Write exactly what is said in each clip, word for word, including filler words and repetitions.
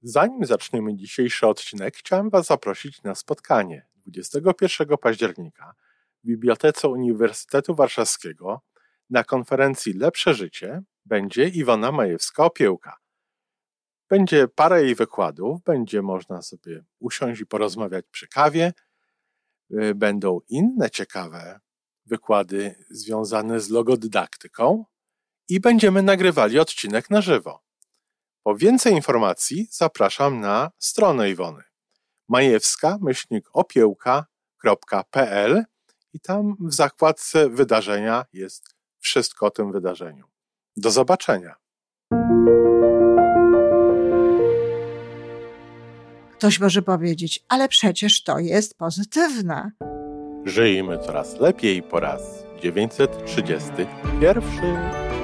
Zanim zaczniemy dzisiejszy odcinek, chciałem Was zaprosić na spotkanie dwudziestego pierwszego października w Bibliotece Uniwersytetu Warszawskiego. Na konferencji Lepsze Życie będzie Iwona Majewska-Opiełka. Będzie parę jej wykładów, będzie można sobie usiąść i porozmawiać przy kawie. Będą inne ciekawe wykłady związane z logodydaktyką i będziemy nagrywali odcinek na żywo. Po więcej informacji zapraszam na stronę Iwony majewska myślnik opiełka kropka p l i tam w zakładce wydarzenia jest wszystko o tym wydarzeniu. Do zobaczenia. Ktoś może powiedzieć, ale przecież to jest pozytywne. Żyjmy coraz lepiej po raz dziewięćset trzydziesty pierwszy.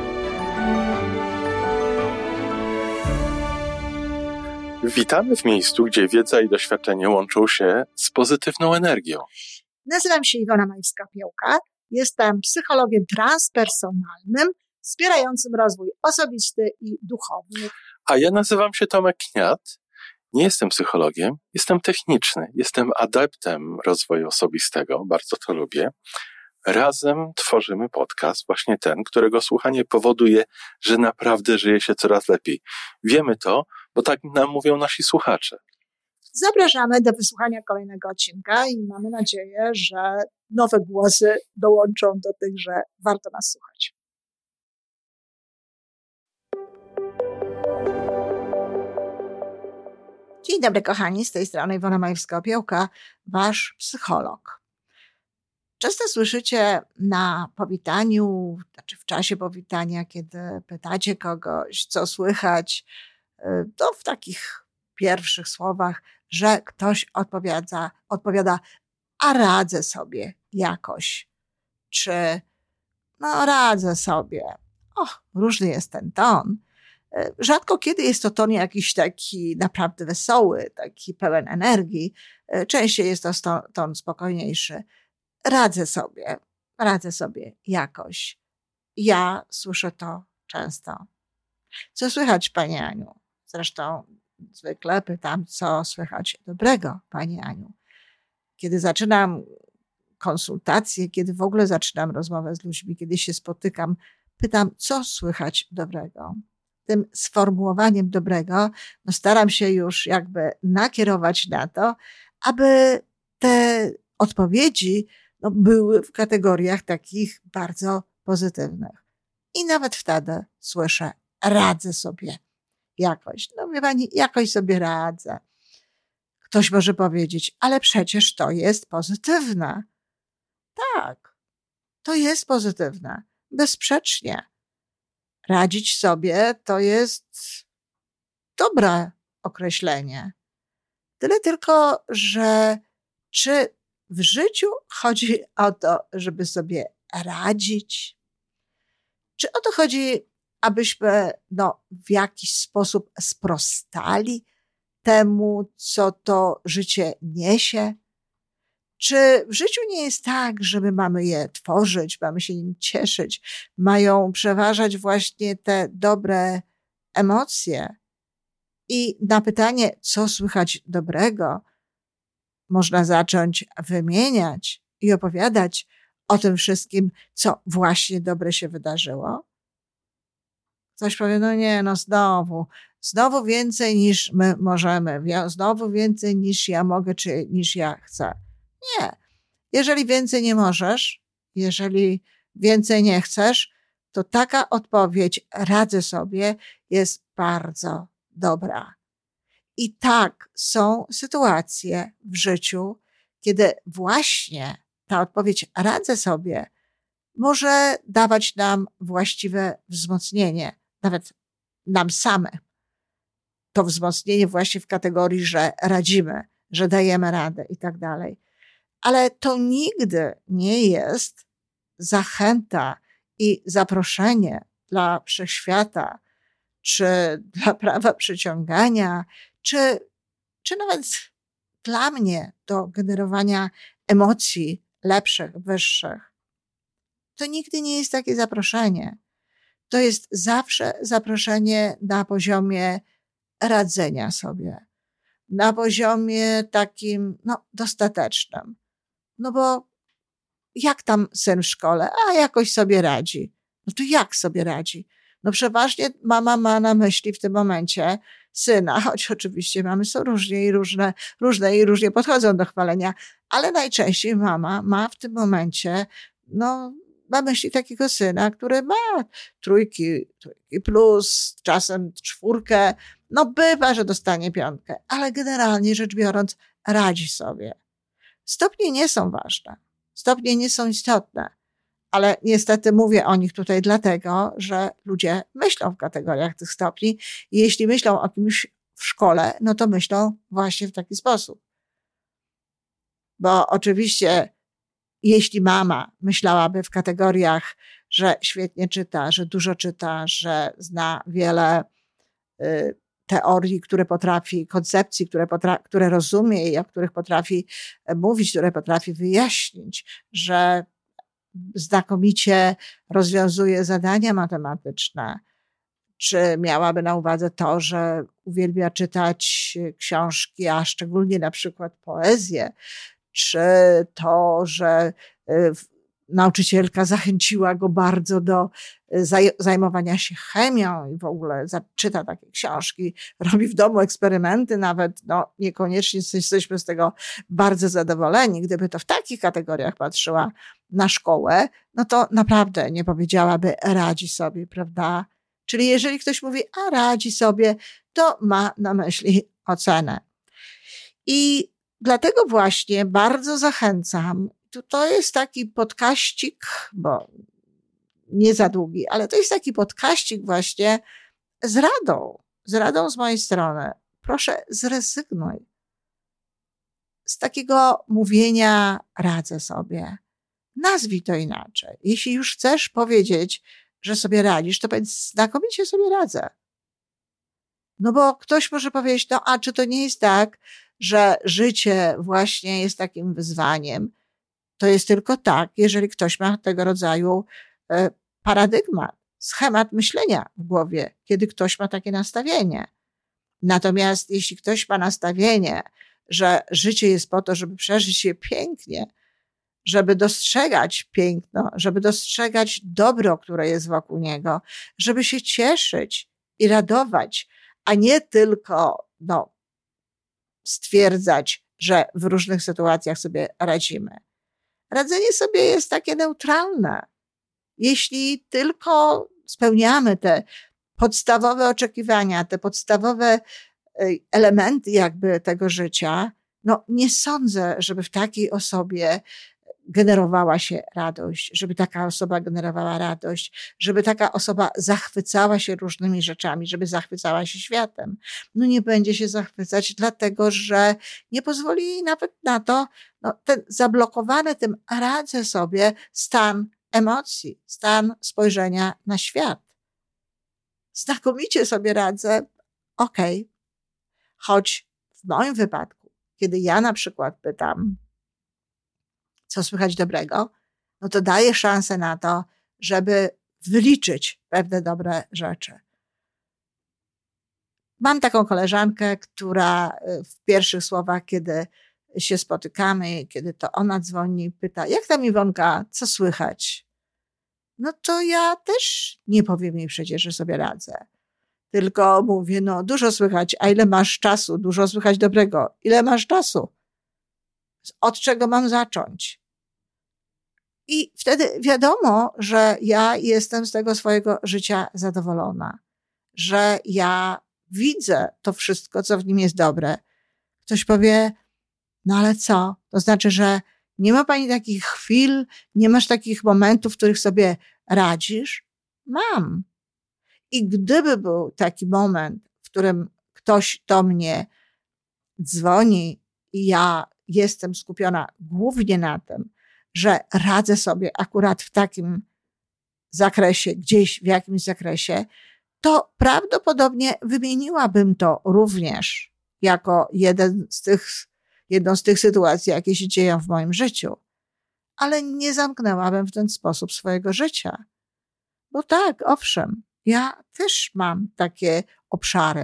Witamy w miejscu, gdzie wiedza i doświadczenie łączą się z pozytywną energią. Nazywam się Iwona Majewska-Opiełka. Jestem psychologiem transpersonalnym, wspierającym rozwój osobisty i duchowy. A ja nazywam się Tomek Kniat. Nie jestem psychologiem, jestem techniczny, jestem adeptem rozwoju osobistego, bardzo to lubię. Razem tworzymy podcast, właśnie ten, którego słuchanie powoduje, że naprawdę żyje się coraz lepiej. Wiemy to, bo tak nam mówią nasi słuchacze. Zapraszamy do wysłuchania kolejnego odcinka i mamy nadzieję, że nowe głosy dołączą do tych, że warto nas słuchać. Dzień dobry kochani, z tej strony Iwona Majewska-Opiełka, wasz psycholog. Często słyszycie na powitaniu, znaczy w czasie powitania, kiedy pytacie kogoś, co słychać, to w takich pierwszych słowach, że ktoś odpowiada, odpowiada, a radzę sobie jakoś, czy no radzę sobie. O, różny jest ten ton. Rzadko kiedy jest to ton jakiś taki naprawdę wesoły, taki pełen energii. Częściej jest to ton spokojniejszy. Radzę sobie, radzę sobie jakoś. Ja słyszę to często. Co słychać, Pani Aniu? Zresztą zwykle pytam, co słychać dobrego, Pani Aniu. Kiedy zaczynam konsultacje, kiedy w ogóle zaczynam rozmowę z ludźmi, kiedy się spotykam, pytam, co słychać dobrego. Tym sformułowaniem dobrego no staram się już jakby nakierować na to, aby te odpowiedzi no, były w kategoriach takich bardzo pozytywnych. I nawet wtedy słyszę, radzę sobie jakoś. No wie Pani, jakoś sobie radzę. Ktoś może powiedzieć, ale przecież to jest pozytywne. Tak, to jest pozytywne. Bezsprzecznie. Radzić sobie to jest dobre określenie. Tyle tylko, że czy w życiu chodzi o to, żeby sobie radzić? Czy o to chodzi, abyśmy no, w jakiś sposób sprostali temu, co to życie niesie? Czy w życiu nie jest tak, że my mamy je tworzyć, mamy się nim cieszyć, mają przeważać właśnie te dobre emocje? I na pytanie, co słychać dobrego, można zacząć wymieniać i opowiadać o tym wszystkim, co właśnie dobre się wydarzyło. Ktoś powie, no nie, no znowu, znowu więcej niż my możemy, znowu więcej niż ja mogę, czy niż ja chcę. Nie. Jeżeli więcej nie możesz, jeżeli więcej nie chcesz, to taka odpowiedź, radzę sobie, jest bardzo dobra. I tak są sytuacje w życiu, kiedy właśnie ta odpowiedź, radzę sobie, może dawać nam właściwe wzmocnienie, nawet nam samym. To wzmocnienie właśnie w kategorii, że radzimy, że dajemy radę i tak dalej. Ale to nigdy nie jest zachęta i zaproszenie dla wszechświata, czy dla prawa przyciągania, czy, czy nawet dla mnie do generowania emocji lepszych, wyższych. To nigdy nie jest takie zaproszenie. To jest zawsze zaproszenie na poziomie radzenia sobie na poziomie takim, no, dostatecznym. No bo jak tam syn w szkole? A jakoś sobie radzi. No to jak sobie radzi? No przeważnie mama ma na myśli w tym momencie syna, choć oczywiście mamy są różnie i różne, różne i różnie podchodzą do chwalenia, ale najczęściej mama ma w tym momencie, no, na myśli takiego syna, który ma trójki, trójki plus, czasem czwórkę, no bywa, że dostanie piątkę, ale generalnie rzecz biorąc radzi sobie. Stopnie nie są ważne, stopnie nie są istotne, ale niestety mówię o nich tutaj dlatego, że ludzie myślą w kategoriach tych stopni i jeśli myślą o kimś w szkole, no to myślą właśnie w taki sposób. Bo oczywiście jeśli mama myślałaby w kategoriach, że świetnie czyta, że dużo czyta, że zna wiele y, teorii, które potrafi, koncepcji, które, potra- które rozumie i o których potrafi mówić, które potrafi wyjaśnić, że znakomicie rozwiązuje zadania matematyczne, czy miałaby na uwadze to, że uwielbia czytać książki, a szczególnie na przykład poezję, czy to, że nauczycielka zachęciła go bardzo do zajmowania się chemią i w ogóle czyta takie książki, robi w domu eksperymenty nawet, no niekoniecznie jesteśmy z tego bardzo zadowoleni. Gdyby to w takich kategoriach patrzyła na szkołę, no to naprawdę nie powiedziałaby radzi sobie, prawda? Czyli jeżeli ktoś mówi, a radzi sobie, to ma na myśli ocenę. I dlatego właśnie bardzo zachęcam, to, to jest taki podkaścik, bo nie za długi, ale to jest taki podkaścik właśnie z radą, z radą z mojej strony. Proszę, zrezygnuj z takiego mówienia radzę sobie. Nazwij to inaczej. Jeśli już chcesz powiedzieć, że sobie radzisz, to powiedz znakomicie sobie radzę. No bo ktoś może powiedzieć, no a czy to nie jest tak, że życie właśnie jest takim wyzwaniem? To jest tylko tak, jeżeli ktoś ma tego rodzaju paradygmat, schemat myślenia w głowie, kiedy ktoś ma takie nastawienie. Natomiast jeśli ktoś ma nastawienie, że życie jest po to, żeby przeżyć je pięknie, żeby dostrzegać piękno, żeby dostrzegać dobro, które jest wokół niego, żeby się cieszyć i radować, a nie tylko no, stwierdzać, że w różnych sytuacjach sobie radzimy. Radzenie sobie jest takie neutralne. Jeśli tylko spełniamy te podstawowe oczekiwania, te podstawowe elementy jakby tego życia, no nie sądzę, żeby w takiej osobie generowała się radość, żeby taka osoba generowała radość, żeby taka osoba zachwycała się różnymi rzeczami, żeby zachwycała się światem. No nie będzie się zachwycać, dlatego że nie pozwoli jej nawet na to, no, ten zablokowany tym radzę sobie stan emocji, stan spojrzenia na świat. Znakomicie sobie radzę, okej, okay. Choć w moim wypadku, kiedy ja na przykład pytam, co słychać dobrego, no to daję szansę na to, żeby wyliczyć pewne dobre rzeczy. Mam taką koleżankę, która w pierwszych słowach, kiedy się spotykamy, kiedy to ona dzwoni, pyta, jak tam Iwonka, co słychać? No to ja też nie powiem jej przecież, że sobie radzę. Tylko mówię, no dużo słychać, a ile masz czasu? Dużo słychać dobrego. Ile masz czasu? Od czego mam zacząć? I wtedy wiadomo, że ja jestem z tego swojego życia zadowolona, że ja widzę to wszystko, co w nim jest dobre. Ktoś powie, no ale co? To znaczy, że nie ma pani takich chwil, nie masz takich momentów, w których sobie radzisz? Mam. I gdyby był taki moment, w którym ktoś do mnie dzwoni i ja jestem skupiona głównie na tym, że radzę sobie akurat w takim zakresie, gdzieś w jakimś zakresie, to prawdopodobnie wymieniłabym to również jako jeden z tych, jedną z tych sytuacji, jakie się dzieją w moim życiu. Ale nie zamknęłabym w ten sposób swojego życia. Bo tak, owszem, ja też mam takie obszary,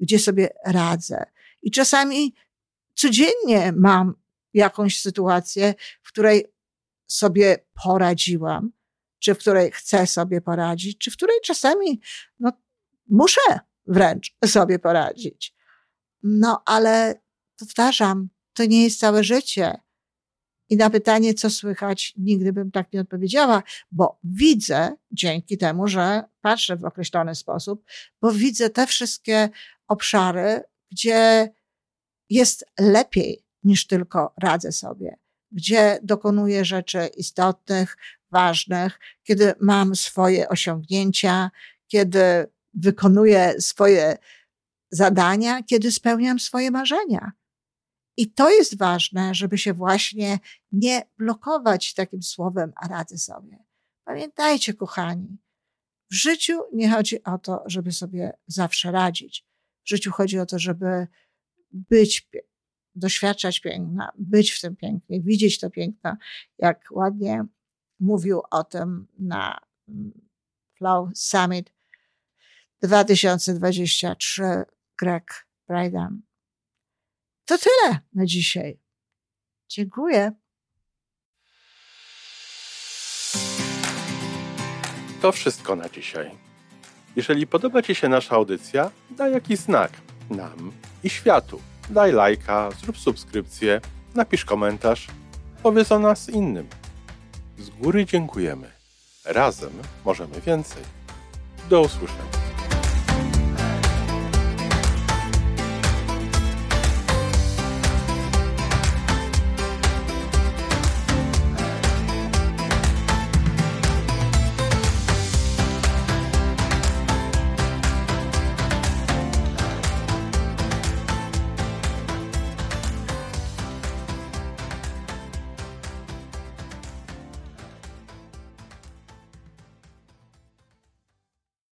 gdzie sobie radzę. I czasami codziennie mam jakąś sytuację, w której sobie poradziłam, czy w której chcę sobie poradzić, czy w której czasami no, muszę wręcz sobie poradzić. No ale powtarzam, to nie jest całe życie. I na pytanie, co słychać, nigdy bym tak nie odpowiedziała, bo widzę, dzięki temu, że patrzę w określony sposób, bo widzę te wszystkie obszary, gdzie jest lepiej niż tylko radzę sobie, gdzie dokonuję rzeczy istotnych, ważnych, kiedy mam swoje osiągnięcia, kiedy wykonuję swoje zadania, kiedy spełniam swoje marzenia. I to jest ważne, żeby się właśnie nie blokować takim słowem, a radzę sobie. Pamiętajcie, kochani, w życiu nie chodzi o to, żeby sobie zawsze radzić. W życiu chodzi o to, żeby być, doświadczać piękna, być w tym pięknie, widzieć to piękno, jak ładnie mówił o tym na Flow Summit dwa tysiące dwudziesty trzeci Greg Braden. To tyle na dzisiaj. Dziękuję. To wszystko na dzisiaj. Jeżeli podoba Ci się nasza audycja, daj jakiś znak nam i światu. Daj lajka, zrób subskrypcję, napisz komentarz, powiedz o nas innym. Z góry dziękujemy. Razem możemy więcej. Do usłyszenia.